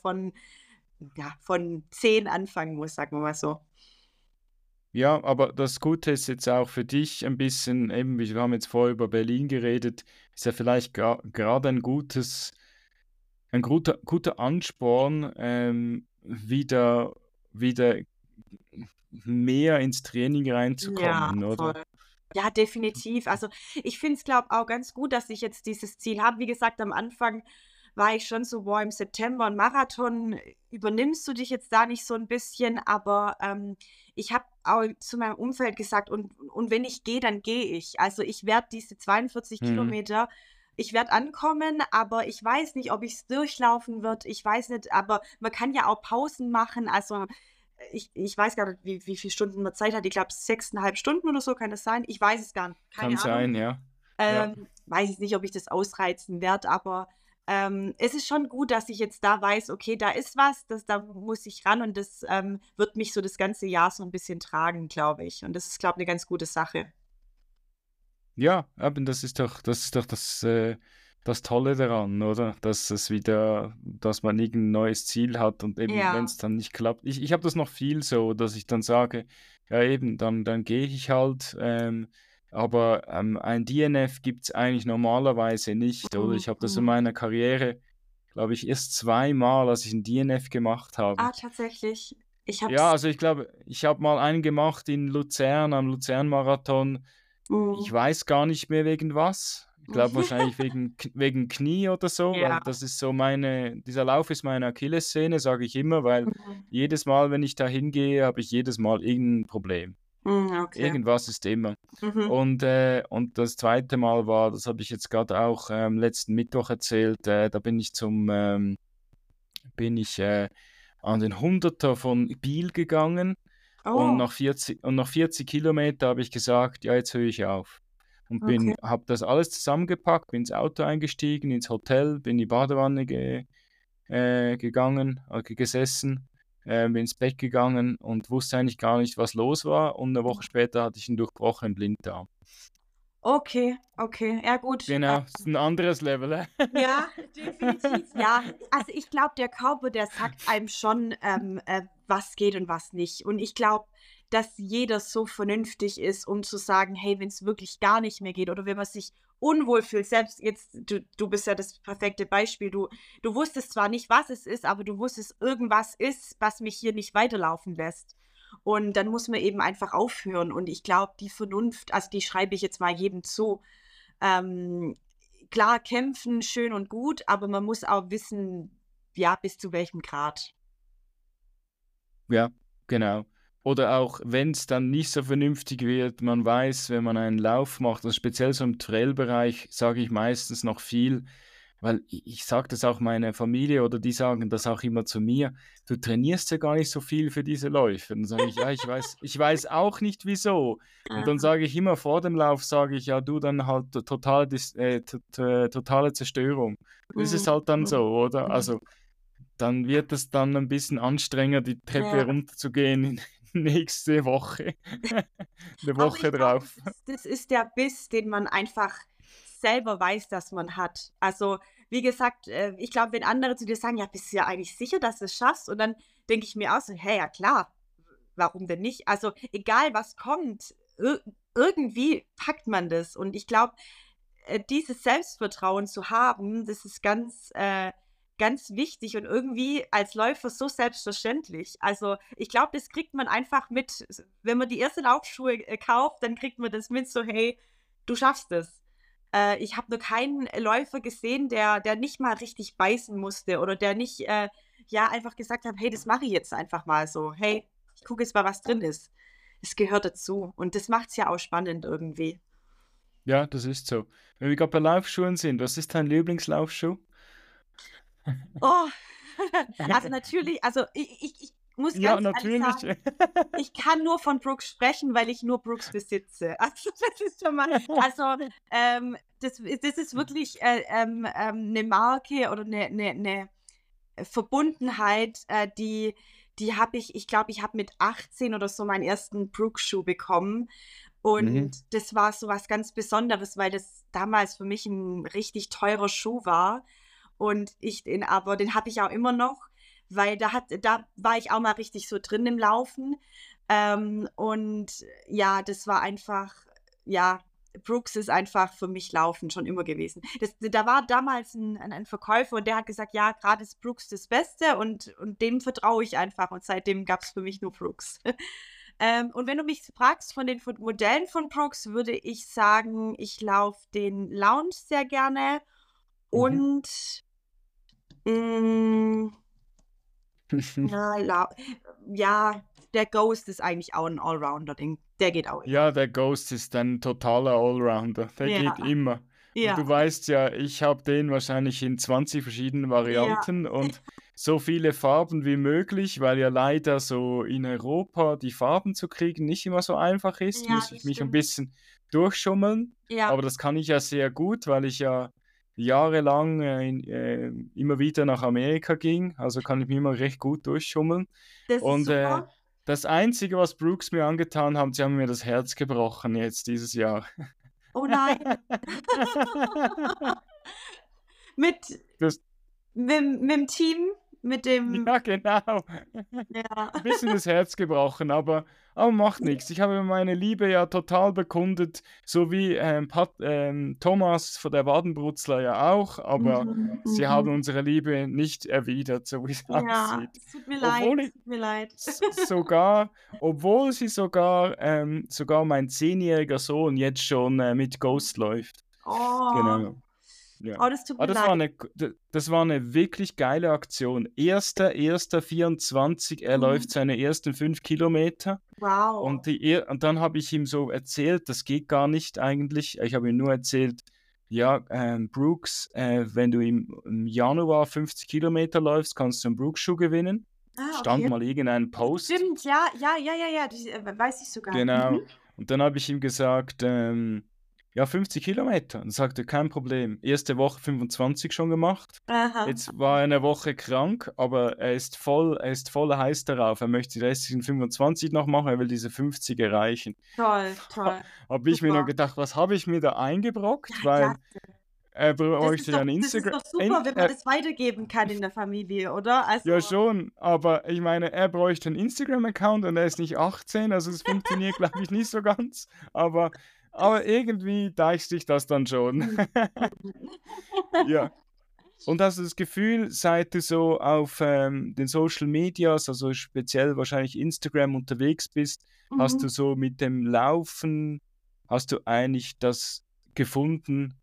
von 10 anfangen muss, sagen wir mal so. Ja, aber das Gute ist jetzt auch für dich ein bisschen eben, wir haben jetzt vorher über Berlin geredet, ist ja vielleicht grade ein guter Ansporn, wieder mehr ins Training Ja, reinzukommen, oder? voll. Ja, definitiv. Also, ich finde es, glaube auch ganz gut, dass ich jetzt dieses Ziel habe. Wie gesagt, am Anfang war ich schon so: „Boah, im September 'n Marathon, übernimmst du dich jetzt da nicht so ein bisschen?“ Aber, ich habe auch zu meinem Umfeld gesagt: „Und wenn ich gehe, dann gehe ich.“ Also, ich werde diese 42 Mhm. Kilometer ich werde ankommen, aber ich weiß nicht, ob ich's durchlaufen wird. Ich weiß nicht, aber man kann ja auch Pausen machen. Also, ich weiß gar nicht, wie viel Stunden man Zeit hat. Ich glaube 6,5 Stunden oder so, kann das sein? Ich weiß es gar nicht, Kann keine Ahnung. sein, ja. Ja. Weiß ich nicht, ob ich das ausreizen werde, aber, es ist schon gut, dass ich jetzt da weiß, okay, da ist was, da muss ich ran und das, wird mich so das ganze Jahr so ein bisschen tragen, glaube ich. Und das ist, glaube ich, eine ganz gute Sache. Ja, eben, das ist doch das Tolle daran, oder? Dass man irgend 'n neues Ziel hat und eben, wenn Ja. es dann nicht klappt. Ich habe das noch viel so, dass ich dann sage: „Ja eben, dann gehe ich halt“, aber, ein DNF gibt's eigentlich normalerweise nicht, oder? Mhm, Ich habe das in mhm. meiner Karriere, glaube ich, erst zweimal, als ich 'n DNF gemacht habe. Ah, tatsächlich. Ich habe Ja, es also ich glaube, ich habe mal einen gemacht in Luzern, am Luzern-Marathon. Ich mhm. weiß gar nicht mehr wegen was. Ich glaube wahrscheinlich wegen Knie oder so, weil Ja. das ist so dieser Lauf ist meine Achillessehne, sage ich immer, weil Mhm. jedes Mal, wenn ich da hingehe, habe ich jedes Mal irgendein Problem. Mhm, okay. Irgendwas ist immer. Mhm. Und das zweite Mal war, das habe ich jetzt gerade auch, letzten Mittwoch erzählt, da bin ich, an den Hunderter von Biel gegangen und Oh, nach 40 Kilometer habe ich gesagt: „Ja, jetzt höre ich auf.“ Und okay. habe das alles zusammengepackt, bin ins Auto eingestiegen, ins Hotel, bin in die Badewanne gegangen, gesessen bin ins Bett gegangen und wusste eigentlich gar nicht, was los war. Und eine Woche später hatte ich einen durchbrochenen Blinddarm. Okay, okay. Ja gut. Genau, das ist ein anderes Level. Ja, definitiv. Ja, also ich glaube, der Körper, der sagt einem schon, was geht und was nicht. Und ich glaube, dass jeder so vernünftig ist, um zu sagen, hey, wenn es wirklich gar nicht mehr geht oder wenn man sich unwohl fühlt, selbst jetzt, du bist ja das perfekte Beispiel, du wusstest zwar nicht, was es ist, aber du wusstest, irgendwas ist, was mich hier nicht weiterlaufen lässt. Und dann muss man eben einfach aufhören. Und ich glaube, die Vernunft, also die schreibe ich jetzt mal jedem zu. Ähm, klar, kämpfen, schön und gut, aber man muss auch wissen, ja, bis zu welchem Grad. Ja, genau. Oder auch, wenn es dann nicht so vernünftig wird, man weiß, wenn man einen Lauf macht, also speziell so im Trailbereich, sage ich meistens noch viel, weil ich sage das auch meiner Familie oder die sagen das auch immer zu mir, du trainierst ja gar nicht so viel für diese Läufe. Und dann sage ich, ja, ich weiß auch nicht wieso. Und dann sage ich immer vor dem Lauf, sage ich, ja, du dann halt totale Zerstörung. Das ist halt dann so, oder? Also dann wird es dann ein bisschen anstrengender, die Treppe Ja. runterzugehen in nächste Woche. Eine Aber Woche ich glaube, drauf. das ist der Biss, den man einfach selber weiß, dass man hat. Also, wie gesagt, ich glaube, wenn andere zu dir sagen, ja, bist du ja eigentlich sicher, dass du es schaffst? Und dann denke ich mir auch so, hey, ja klar, warum denn nicht? Also, egal was kommt, irgendwie packt man das. Und ich glaube, dieses Selbstvertrauen zu haben, das ist ganz wichtig und irgendwie als Läufer so selbstverständlich. Also ich glaube, das kriegt man einfach mit. Wenn man die ersten Laufschuhe kauft, dann kriegt man das mit, so hey, du schaffst es. Ich habe noch keinen Läufer gesehen, der nicht mal richtig beißen musste oder der nicht ja einfach gesagt hat, hey, das mache ich jetzt einfach mal so. Hey, ich gucke jetzt mal, was drin ist. Es gehört dazu und das macht es ja auch spannend irgendwie. Ja, das ist so. Wenn wir gerade bei Laufschuhen sind, was ist dein Lieblingslaufschuh? Oh, also natürlich, also ich muss Ja, ganz ehrlich natürlich. sagen, ich kann nur von Brooks sprechen, weil ich nur Brooks besitze. Also das ist schon mal, also das ist wirklich 'ne Marke oder eine Verbundenheit, die habe ich glaube, ich habe mit 18 oder so meinen ersten Brooks-Schuh bekommen Mhm. und das war so was ganz Besonderes, weil das damals für mich ein richtig teurer Schuh war und den habe ich auch immer noch, weil da war ich auch mal richtig so drin im Laufen. Und ja, das war einfach, ja, Brooks ist einfach für mich Laufen schon immer gewesen. Da war damals ein Verkäufer und der hat gesagt, ja, gerade ist Brooks das Beste und dem vertraue ich einfach und seitdem gab es für mich nur Brooks. Und wenn du mich fragst von Modellen von Brooks, würde ich sagen, ich laufe den Lounge sehr gerne Mhm. und hm, ja, ja, der Ghost ist eigentlich auch ein Allrounder-Ding. Der geht auch immer. Ja, der Ghost ist ein totaler Allrounder. Der geht Ja, immer. Und ja, du weißt ja, ich habe den wahrscheinlich in 20 verschiedenen ja, Varianten und so viele Farben wie möglich, weil ja leider so in Europa die Farben zu kriegen nicht immer so einfach ist, ja, muss ich das mich ein stimmt. bisschen durchschummeln. Ja, Aber das kann ich ja sehr gut, weil ich ja jahrelang immer wieder nach Amerika ging. Also kann ich mich immer recht gut durchschummeln. das ist Und super. das Einzige, was Brooks mir angetan haben, sie haben mir das Herz gebrochen jetzt dieses Jahr. Oh nein. Mit, Das, mit dem Team, mit dem, ja, genau. ja. Ein bisschen das Herz gebrochen, aber macht nichts. Ich habe meine Liebe ja total bekundet, so wie Thomas von der Wadenbrutzler ja auch, aber Mhm, sie haben mhm. unsere Liebe nicht erwidert, so wie es Ja, aussieht. es tut mir leid, Obwohl es ich tut mir leid. sogar, obwohl sie sogar mein 10-jähriger Sohn jetzt schon mit Ghost läuft. Oh, Genau. Ja. oh, das tut Aber mir das war leid. eine wirklich geile Aktion. 1.1.24, er Mhm. läuft seine ersten 5 Kilometer Wow. und dann habe ich ihm so erzählt, das geht gar nicht eigentlich. Ich habe ihm nur erzählt, ja, Brooks, wenn du im Januar 50 Kilometer läufst, kannst du einen Brooks-Schuh gewinnen. Ah, Stand okay. mal irgendein Post. Stimmt, ja, ja, ja, ja, ja, das weiß ich sogar. Genau. Mhm. Und dann habe ich ihm gesagt, ja, 50 Kilometer. Und sagte er, kein Problem. Erste Woche 25 schon gemacht. Aha. Jetzt war er eine Woche krank, aber er ist voll heiß darauf. Er möchte die restlichen 25 noch machen, er will diese 50 erreichen. Toll, toll. Habe ich mir nur Super. gedacht, was habe ich mir da eingebrockt? Ja, Weil klasse. er Das ist bräuchte doch, dann das ist Instagram. doch super, wenn man das weitergeben kann in der Familie, oder? Ja, Also, schon, aber ich meine, er bräuchte einen Instagram-Account und er ist nicht 18, also es funktioniert, glaube ich, nicht so ganz. Aber irgendwie deicht sich das dann schon. Ja. Und hast du das Gefühl, seit du so auf den Social Medias, also speziell wahrscheinlich Instagram unterwegs bist, hast du Mhm. so mit dem Laufen, hast du eigentlich das gefunden,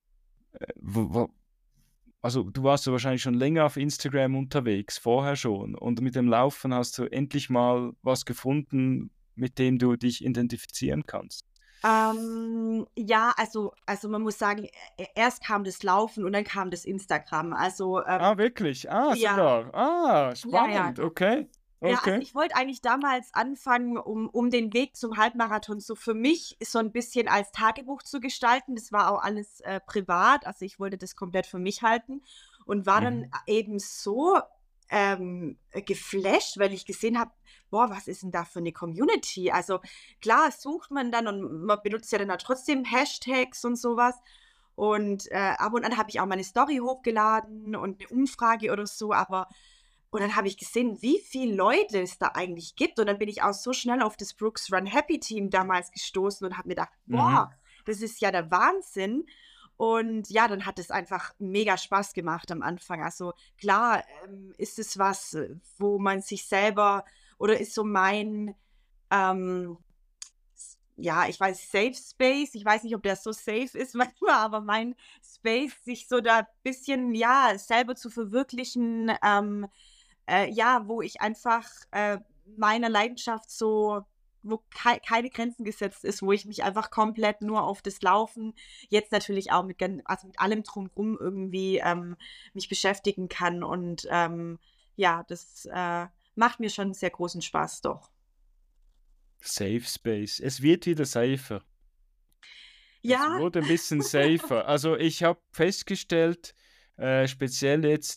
also du warst ja wahrscheinlich schon länger auf Instagram unterwegs, vorher schon. Und mit dem Laufen hast du endlich mal was gefunden, mit dem du dich identifizieren kannst. Ja, also man muss sagen, erst kam das Laufen und dann kam das Instagram. Also, Ah, wirklich? Ah, ja, sogar. Ah, ja, ja, spannend. doch. Okay. Ja, also Okay. ich wollte eigentlich damals anfangen, um den Weg zum Halbmarathon so für mich so ein bisschen als Tagebuch zu gestalten. Das war auch alles, privat, also ich wollte das komplett für mich halten und war dann Mhm. eben so, geflasht, weil ich gesehen habe: „Boah, was ist denn da für eine Community?“ Also, klar sucht man dann und man benutzt ja dann auch trotzdem Hashtags und sowas. Und, ab und an habe ich auch meine Story hochgeladen und eine Umfrage oder so, aber und dann habe ich gesehen, wie viele Leute es da eigentlich gibt. Und dann bin ich auch so schnell auf das Brooks Run Happy Team damals gestoßen und habe mir gedacht: Mhm. „Boah, das ist ja der Wahnsinn.“ Und ja, dann hat es einfach mega Spaß gemacht am Anfang. Also klar, ist es was, wo man sich selber oder ist so mein, ähm, ja, ich weiß, Safe Space. Ich weiß nicht, ob der so safe ist manchmal, aber mein Space, sich so da bisschen, ja, selber zu verwirklichen, ja, wo ich einfach, meiner Leidenschaft so wo keine Grenzen gesetzt ist, wo ich mich einfach komplett nur auf das Laufen jetzt natürlich auch mit allem drumrum irgendwie, mich beschäftigen kann und, ja, das, macht mir schon sehr großen Spaß, doch. Safe Space. Es wird wieder safer. Es Ja, wurde ein bisschen safer. Also ich habe festgestellt, speziell jetzt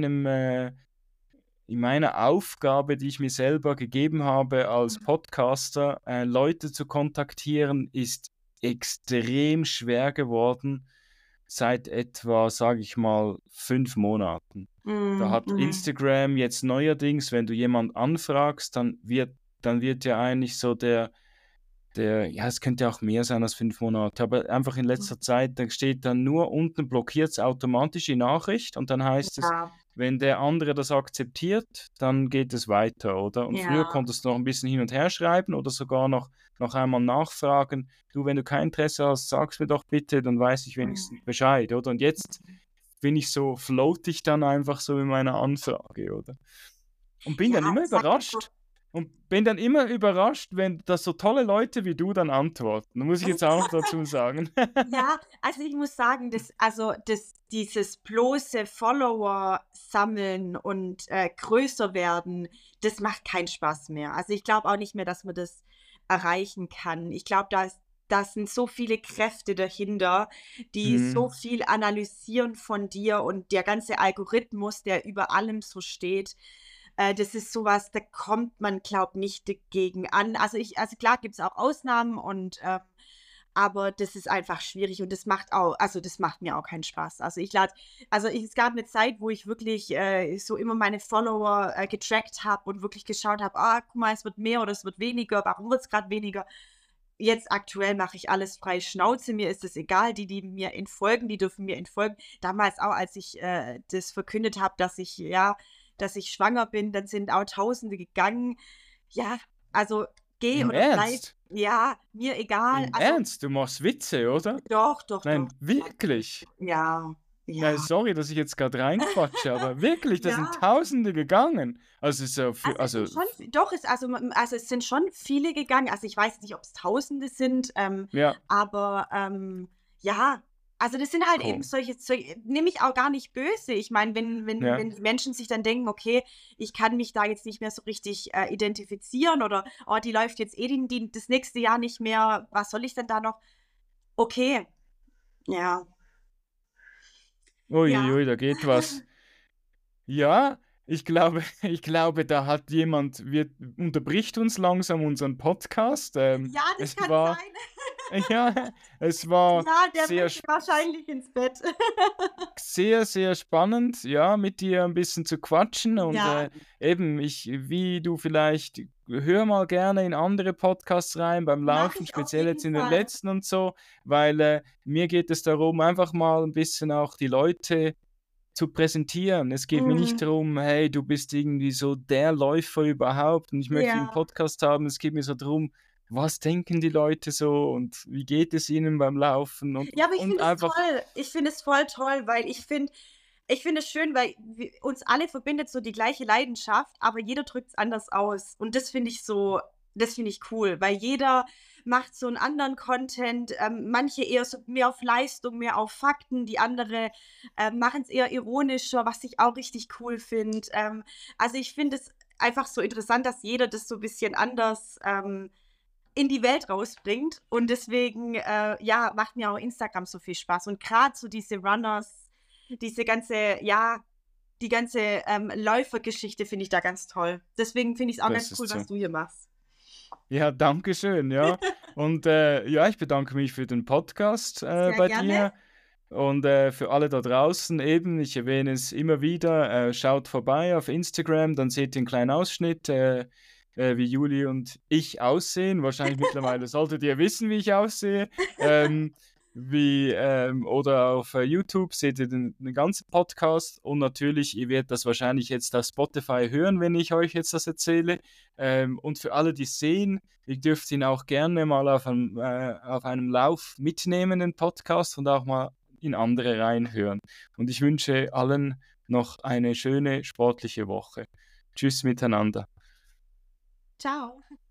in meiner Aufgabe, die ich mir selber gegeben habe als Podcaster, Leute zu kontaktieren, ist extrem schwer geworden seit etwa, sage ich mal, 5 Monaten. Da mhm, hat mhm. Instagram jetzt neuerdings, wenn du jemand anfragst, dann wird ja eigentlich so ja, es könnte auch mehr sein als 5 Monate, aber einfach in letzter Zeit, da steht dann nur unten blockiert es automatisch die Nachricht und dann heißt es, Ja, wenn der andere das akzeptiert, dann geht es weiter, oder? Und früher ja. konntest du noch ein bisschen hin und her schreiben oder sogar noch einmal nachfragen. Du, wenn du kein Interesse hast, sag's mir doch bitte, dann weiß ich wenigstens Mhm. Bescheid, oder? Und jetzt bin ich so, float ich dann einfach so in meiner Anfrage, oder? Und bin Ja, dann immer ich sage mal so, überrascht. Und bin dann immer überrascht, wenn das so tolle Leute wie du dann antworten. Muss ich jetzt auch noch dazu sagen. ja, also ich muss sagen, dieses bloße Follower sammeln und, größer werden, das macht keinen Spaß mehr. Also, ich glaube auch nicht mehr, dass man das erreichen kann. Ich glaube, da sind so viele Kräfte dahinter, die so Mhm. viel analysieren von dir und der ganze Algorithmus, der über allem so steht, das ist sowas, da kommt man, glaube nicht dagegen an. Also klar gibt's auch Ausnahmen und, aber das ist einfach schwierig und das macht mir auch keinen Spaß. Es gab eine Zeit, wo ich wirklich, so immer meine Follower, getrackt habe und wirklich geschaut habe: „Ah, guck mal, es wird mehr oder es wird weniger. Warum wird's grad weniger?“ Jetzt aktuell mache ich alles frei Schnauze. Mir ist es egal. Die mir entfolgen, die dürfen mir entfolgen. Damals auch, als ich, das verkündet habe, dass ich schwanger bin, dann sind auch Tausende gegangen. Ja, also geh Im oder bleib. Ernst? Ja, mir egal. Im Also Ernst? Du machst Witze, oder? doch, doch, doch. Nein, wirklich? Ja, Ja, ja. sorry, dass ich jetzt gerade reinquatsche, aber wirklich, da sind Ja, Tausende gegangen. Also, so für, also es also, sind schon doch, also es sind schon viele gegangen. Also, ich weiß nicht, ob es Tausende sind, ja, aber, ja, also das sind halt eben cool. solche nehme ich auch gar nicht böse. Ich meine, Ja. wenn die Menschen sich dann denken: „Okay, ich kann mich da jetzt nicht mehr so richtig, identifizieren“ oder: „Oh, die läuft jetzt eh das nächste Jahr nicht mehr. Was soll ich denn da noch?“ Okay, ja. Ja. Uiuiui, da geht was. Ja, ich glaube ich glaube, da hat jemand wird unterbricht uns langsam unseren Podcast. Ja, das Es kann war sein. ja, es war Ja, der sehr möchte sp wahrscheinlich ins Bett. sehr, sehr spannend, ja, mit dir ein bisschen zu quatschen und, Ja, eben, wie du vielleicht hör mal gerne in andere Podcasts rein beim mache Laufen, ich auf speziell jetzt jeden in den Fall. letzten und so, weil, mir geht es darum, einfach mal ein bisschen auch die Leute zu präsentieren. Es geht mir nicht Mhm. darum: „Hey, du bist irgendwie so der Läufer überhaupt und ich möchte dich im Ja. Podcast haben.“ Es geht mir so drum: Was denken die Leute so und wie geht es ihnen beim Laufen Ja, aber ich und finde es einfach toll. Ich finde es voll toll, weil ich finde es schön, weil wi uns alle verbindet so die gleiche Leidenschaft, aber jeder drückt es anders aus. Und das finde ich cool, weil jeder macht so einen anderen Content, manche eher so mehr auf Leistung, mehr auf Fakten, die andere, machen es eher ironischer, was ich auch richtig cool finde. Also, ich finde es einfach so interessant, dass jeder das so ein bisschen anders, in die Welt rausbringt. Und deswegen, ja, macht mir auch Instagram so viel Spaß. Und gerade so diese Runners, diese ganze, ja, die ganze Läufergeschichte finde ich da ganz toll. Deswegen finde ich es auch das ganz ist cool, was so. du hier machst. Ja, danke schön, ja. Und, ja, ich bedanke mich für den Podcast, Sehr bei gerne. dir und, für alle da draußen eben, ich erwähne es immer wieder, schaut vorbei auf Instagram, dann seht ihr 'n kleinen Ausschnitt, wie Juli und ich aussehen. Wahrscheinlich mittlerweile solltet ihr wissen, wie ich aussehe. Oder auf, YouTube seht ihr den ganzen Podcast und natürlich, ihr werdet das wahrscheinlich jetzt auf Spotify hören, wenn ich euch jetzt das erzähle. Und für alle, die sehen, ihr dürft ihn auch gerne mal auf einem Lauf mitnehmen, den Podcast, und auch mal in andere reinhören. Und ich wünsche allen noch eine schöne sportliche Woche. Tschüss miteinander. Ciao.